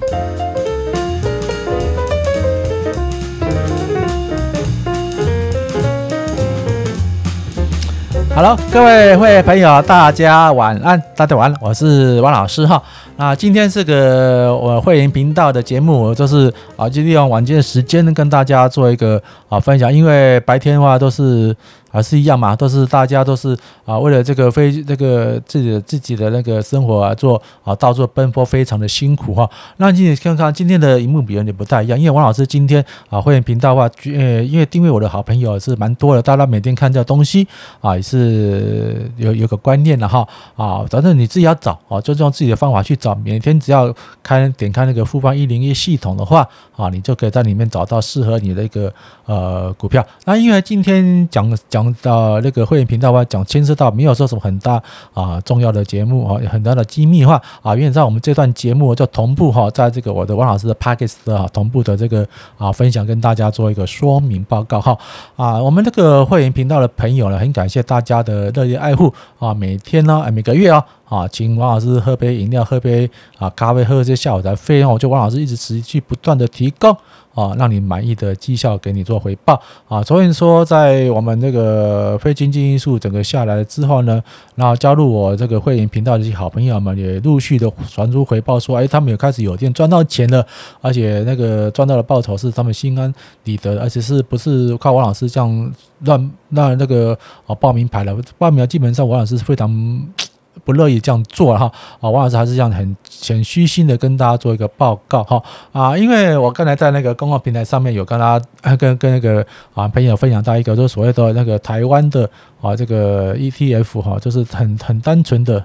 Hello， 各位会员朋友，大家晚安，大家晚安，我是王老师哈。那今天是个我会员频道的节目，我就是就利用晚间的时间跟大家做一个分享，因为白天的话都是是一样嘛，大家都是为了这个自己的那个生活做到处奔波，非常的辛苦哈。那你看看今天的荧幕比有点不太一样，因为王老师今天会员频道的话，因为订阅我的好朋友是蛮多的，大家每天看这东西也是有个观念的哈反正你自己要找就用自己的方法去找，每天只要点开那个富邦101系统的话你就可以在里面找到适合你的一个股票。那因为今天讲到那个会员频道的话，牵涉到没有说什么很大重要的节目很大的机密的话原则上我们这段节目就同步在这个我的王老师的 Podcast 的同步的这个分享，跟大家做一个说明报告我们这个会员频道的朋友呢，很感谢大家的热烈爱护每天呢每个月请王老师喝杯饮料，喝杯咖啡，喝这些下午茶费用，就王老师一直持续不断的提供让你满意的绩效给你做回报所以说在我们那个非经济因素整个下来之后呢，然后加入我这个会员频道的这些好朋友们也陆续的传出回报说他们也开始有店赚到钱了，而且那个赚到的报酬是他们心安理得的，而且是不是靠王老师这样让那个报名牌了，报名基本上王老师是非常不乐意这样做了王老师还是这样很虚心的跟大家做一个报告因为我刚才在那个公共平台上面有跟大家跟那个朋友分享到一个就是所谓的那个台湾的这个 ETF 就是很单纯的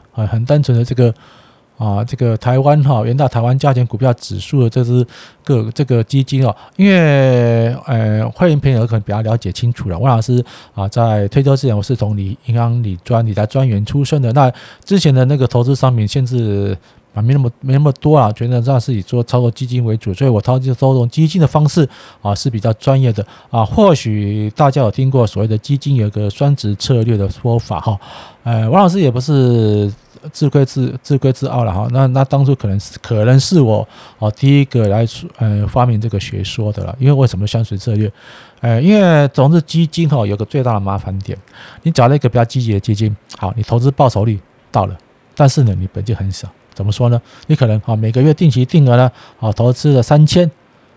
这个台湾元大台湾加权股票指数的这个基金因为会员朋友可能比较了解清楚了。王老师在退休之前我是从银行理财专员出身的，那之前的那个投资商品限制没那么多觉得让自己做操作基金为主，所以我操作基金的方式是比较专业的或许大家有听过所谓的基金有一个双值策略的说法王老师也不是自归自傲了那当初可能是我第一个来发明这个学说的了。因为为什么双值策略因为总之基金有个最大的麻烦点，你找了一个比较积极的基金，好，你投资报酬率到了，但是呢你本金很少，怎么说呢？你可能每个月定期定额呢投资了3000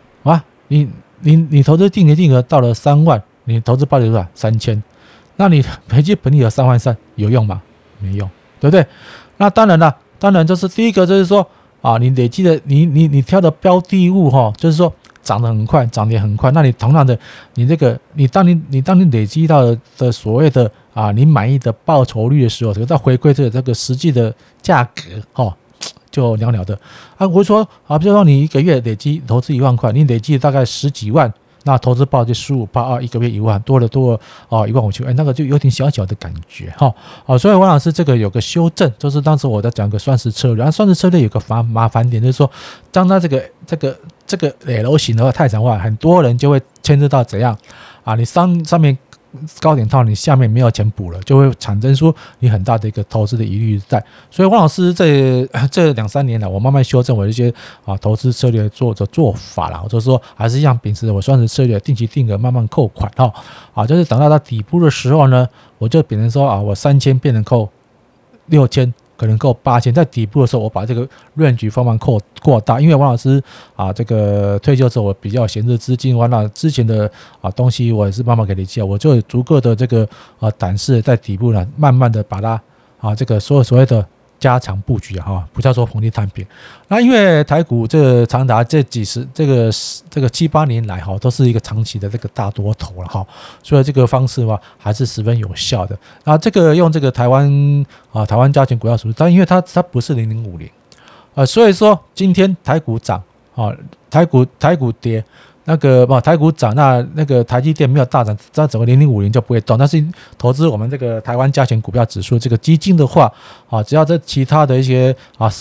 你投资定期定额到了3万，你投资报酬率3000，那你每季本利有3万3，有用吗？没用，对不对？那当然就是第一个就是说你累积的你挑的标的物就是说涨得很快，涨得很快，那你同样的当你累积到的所谓的你满意的报酬率的时候，再回归这个实际的价格就寥寥的我说比如说你一个月累积投资1万块，你累积大概10几万，那投资报就15%，一个月1万，多了15000，那个就有点小小的感觉所以王老师这个有个修正，就是当时我在讲个双十策略，双十策略有个麻烦点，就是说当它这个 L 型的话太长化，很多人就会牵涉到怎样你上面高点套，你下面没有钱补了，就会产生出你很大的一个投资的疑虑在。所以王老师这2-3年来，我慢慢修正我一些投资策略做法啦，就是说还是一样秉持我双十策略，定期定额慢慢扣款就是等到它底部的时候呢，我就变成说我3000变成扣6000。可能够8000，在底部的时候，我把这个 range 慢慢扩大，因为王老师这个退休之后，我比较闲置资金，那之前的东西我也是慢慢给累积，我就有足够的这个胆识在底部呢，慢慢的把它这个所谓的加强布局不叫做逢低摊平。那因为台股这长达这个7-8年来都是一个长期的这个大多头了所以这个方式的话还是十分有效的。那这个用这个台湾加权股票指数，但因为它不是0050所以说今天台股涨台股跌，那个台股涨，那个台积电没有大涨，这整个0050就不会动。但是投资我们这个台湾加权股票指数这个基金的话只要在其他的一些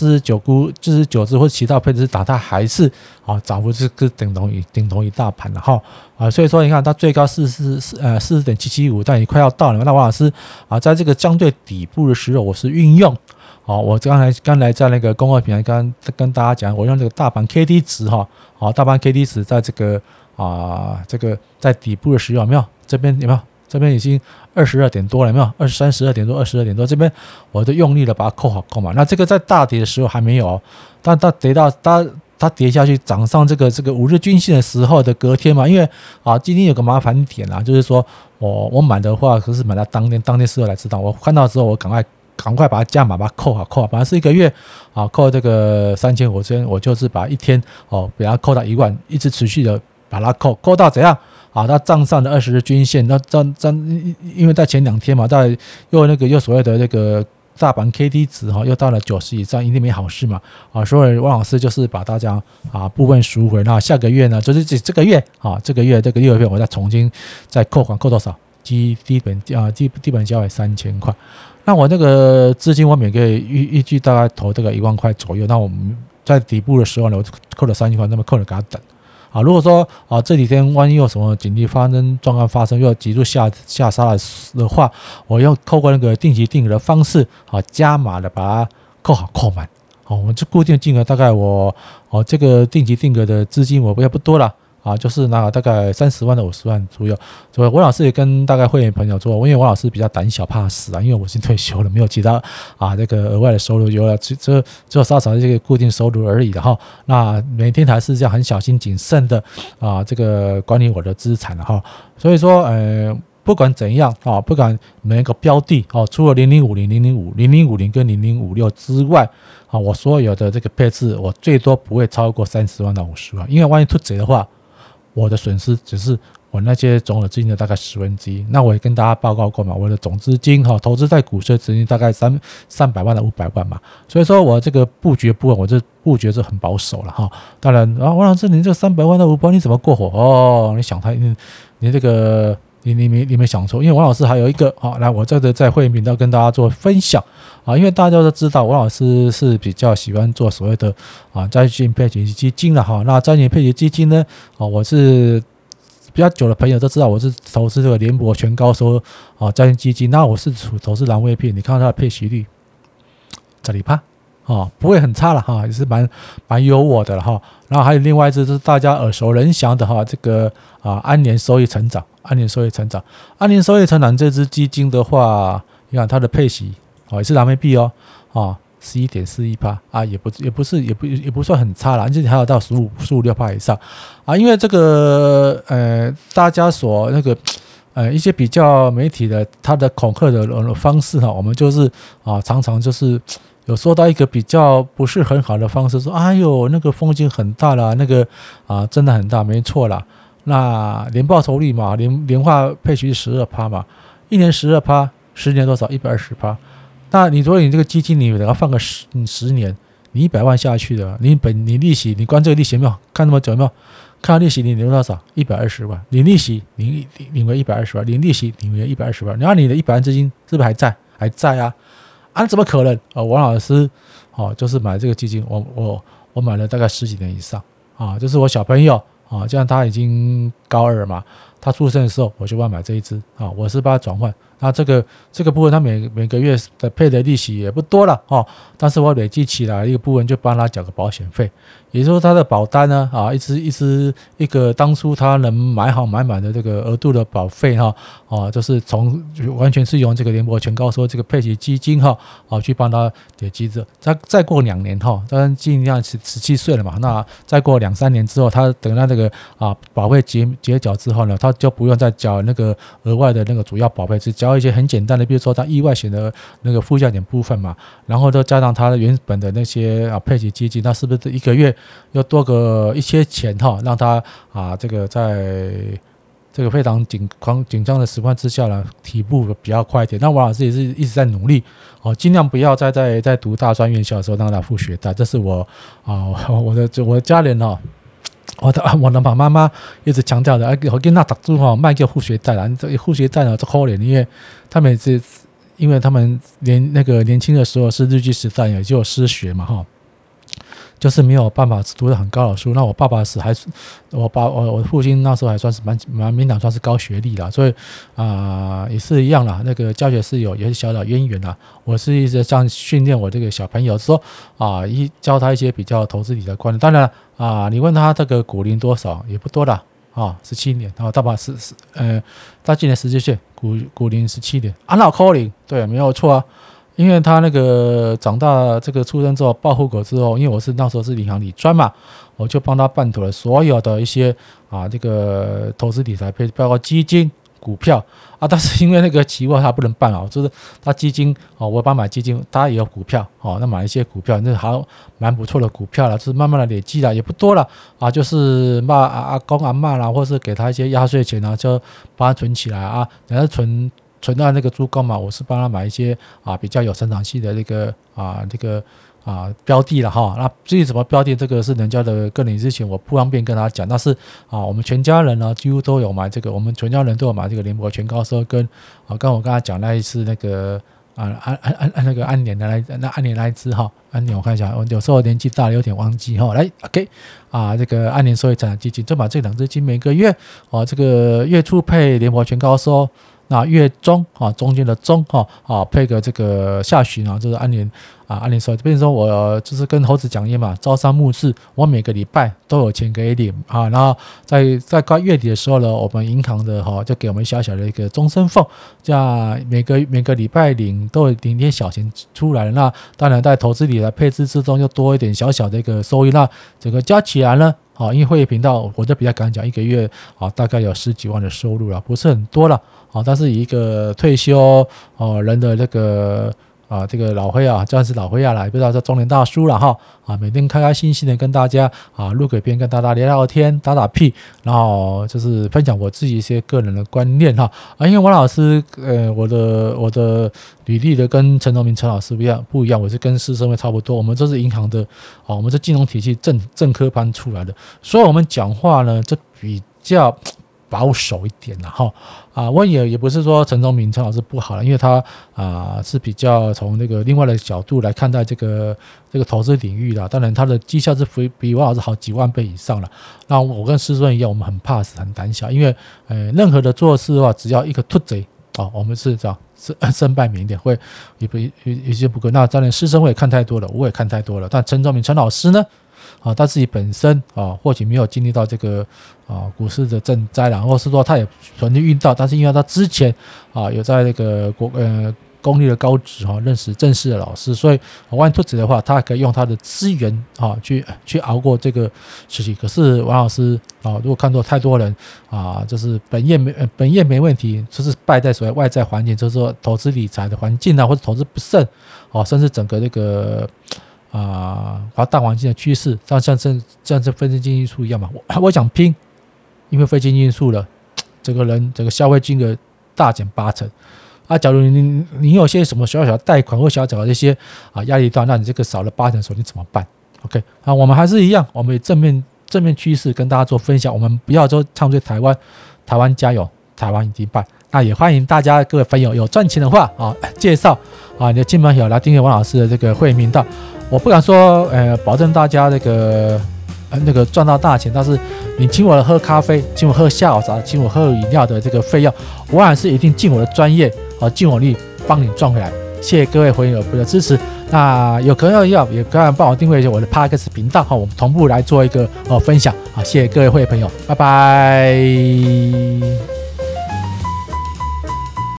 49只或者其他配置打，它还是涨幅是等同于大盘的所以说你看它最高40.775，但也快要到了。那王老师在这个相对底部的时候，我是运用我刚才在那个公告平台跟大家讲，我用这个大盘 KD 值大盘 KD 值在这个这个在底部的时候有没有？这边有没有？这边已经22点多了，有没有？32点多，22点多，这边我都用力的把它扣满。那这个在大跌的时候还没有，但它跌下去涨上这个5日均线的时候的隔天嘛，因为今天有个麻烦点就是说我买的话可是买到当天事后才知道，我看到之后我赶快把它加码，把它扣好，本来是1个月扣这个3500，我就是把一天给它扣到1万，一直持续的把它扣到怎样它账上的20日均线，那因为在前2天嘛，又所谓的那个大盘 KD 值又到了90以上，一定没好事嘛所以王老师就是把大家部分赎回。那下个月呢，就是这个月这个月6月我再重新再扣款，扣多少？基本交易3000块。那我这个资金我每个月预计大概投这个1万块左右。那我们在底部的时候呢，我扣了3000块，那么扣了给他等。如果说这几天万一有什么紧急状况发生，又急速下杀的话，我用透过那个定期定额的方式加码的把它扣满。我们这固定金额大概我这个定期定额的资金我不多了就是拿大概30万到50万左右。所以王老师也跟大概会员朋友说，因为王老师比较胆小怕死因为我已经退休了，没有其他这个额外的收入，只有少少的这个固定收入而已的那每天还是这样很小心谨慎的这个管理我的资产所以说不管怎样不管每个标的除了0050、0050、0050跟0056之外我所有的这个配置我最多不会超过30万到50万，因为万一突贼的话，我的损失只是我那些总有资金的大概1/10。那我也跟大家报告过嘛，我的总资金投资在股市的资金大概300万到500万嘛。所以说我这个布局部分，我这布局是很保守了当然王老师，你这300万到500万你怎么过活你想你这个你没想错，因为王老师还有一个来我这个在会员频道跟大家做分享因为大家都知道王老师是比较喜欢做所谓的债券配息基金了那债券配息基金呢我是比较久的朋友都知道我是投资这个联博全高收债券基金，那我是投资蓝微片，你看到它的配息率10%不会很差了也是蛮有我的了然后还有另外一只就是大家耳熟能详的这个安联收益成长这支基金的话，你看它的配息也是蓝微币11.41%也不算很差了，而且还有到15-16%以上因为这个大家所那个一些比较媒体的它的恐吓的方式我们就是常常就是有说到一个比较不是很好的方式，说哎呦那个风险很大啦，那个真的很大，没错啦。那年报酬率嘛，年化配息是12%嘛，一年12%，10年多少？120%。那你如果你这个基金你给它放个10年，你100万下去的，你利息，你关这个利息有没有？看那么久有没有？看到利息你领多少？120万，领利息领为120万，领利息领为120万，然后你的100万资金是不是还在？还在怎么可能？王老师就是买这个基金，我买了大概10几年以上就是我小朋友这样他已经高2嘛，他出生的时候我就帮他买这一支我是帮他转换。那这个部分他每个月的配的利息也不多了但是我累计起来一个部分就帮他缴个保险费，也就是说他的保单呢一个当初他能买好买满的这个额度的保费就是完全是用这个联博全高收这个配息基金去帮他累积着。再过2年当然尽量17岁了嘛，那再过2-3年之后，他等他这个保费结缴之后呢，他就不用再缴那个额外的那个主要保费，只缴一些很简单的，比如说他意外险的那个附加点部分嘛，然后再加上他原本的那些配息基金，那是不是一个月要多个一些钱让他这个在这个非常紧张的时况之下呢，起步比较快一点。那王老师也是一直在努力尽量不要在读大专院校的时候让他付学贷，这是我的家人我的妈妈一直强调的，我跟他打住卖叫付学贷啦，付学贷呢这可怜，因为他们年轻的时候是日据时代，也就失学嘛就是没有办法读得很高的书。那我爸爸是我的父亲那时候还算是蛮勉强算是高学历啦，所以也是一样啦，那个教学是也是小小渊源啦。我是一直这样训练我这个小朋友说教他一些比较投资理财观念。当然你问他这个股龄多少也不多啦，17年，大把他今年17岁，股龄17年，那可能对，没有错啊。因为他那个长大这个出生之后报户口之后，因为我是那时候是银行理专嘛，我就帮他办妥了所有的一些这个投资理财配置，包括基金、股票但是因为那个期货他不能办就是他基金我帮他买基金，他也有股票那买一些股票，那还蛮不错的股票了，就是慢慢的累积了，也不多了就是阿公阿嬷啦，或是给他一些压岁钱就帮他存起来然后存到那个猪公嘛，我是帮他买一些比较有成长性的那个标的了那至于什么标的，这个是人家的个人隐私权，我不方便跟他讲。但是我们全家人呢几乎都有买这个，我们全家人都有买这个联博全高收跟刚我跟他讲那一次那个那个安联的安联那一支安联我看一下，我有时候年纪大了有点忘记来 OK 这个安联收益成长基金，就把这2支金每个月这个月初配联博全高收。那月中中间的中配个这个下旬就是安联收益。比如说我就是跟猴子讲业嘛，招商募资，我每个礼拜都有钱给领然后在快月底的时候呢，我们银行的就给我们小小的一个终身俸，这样每个礼拜都有领点小钱出来了。那当然在投资理财配置之中又多一点小小的一个收益，那整个加起来呢因为会议频道我就比较敢讲，一个月大概有10几万的收入了，不是很多了但是以一个退休人的这个这个老灰这样是老灰啦，也不知道叫中年大叔了每天开开心心的跟大家录个片，跟大家聊聊天，打打屁，然后就是分享我自己一些个人的观念因为王老师我的履历的跟陈荣明陈老师不一样，我是跟师生会差不多，我们都是银行的我们是金融体系正科班出来的，所以我们讲话呢就比较保守一点我也不是说陈宗明陈老师不好了，因为他是比较从那个另外的角度来看待这个投资领域啦，当然他的绩效是比王老师好几万倍以上了。那我跟师尊一样，我们很怕死很胆小，因为任何的做事的话，只要一个突贼我们是这样是身败名裂，会有些不够。那当然师生会看太多了，我也看太多了，但陈宗明陈老师呢他自己本身或许没有经历到这个股市的震灾，然后是说他也曾经遇到，但是因为他之前有在那个公立的高职认识正式的老师，所以万一兔子的话，他可以用他的资源去熬过这个时期。可是王老师如果看到太多人就是本业没问题，就是败在所谓外在环境，就是说投资理财的环境或者投资不慎甚至整个那个大环境的趋势，像这非经济因素一样嘛。我想拼，因为非经济因素了，整个消费金额大减80%。假如你有些什么小小的贷款或小小的这些压力段，那你这个少了80%的时候你怎么办 ？OK 我们还是一样，我们以正面趋势跟大家做分享，我们不要说唱衰台湾加油，台湾一定办。那也欢迎大家各位朋友有赚钱的话介绍你的亲朋友来订阅王老师的这个会员频道。我不敢说保证大家那个赚到大钱，但是你请我喝咖啡，请我喝下午茶，请我喝饮料的这个费用，我还是一定尽我的专业尽我力帮你赚回来。谢谢各位会员的支持。那有可能也可以帮我订阅一下我的 Podcast 频道我们同步来做一个分享谢谢各位会员朋友，拜拜。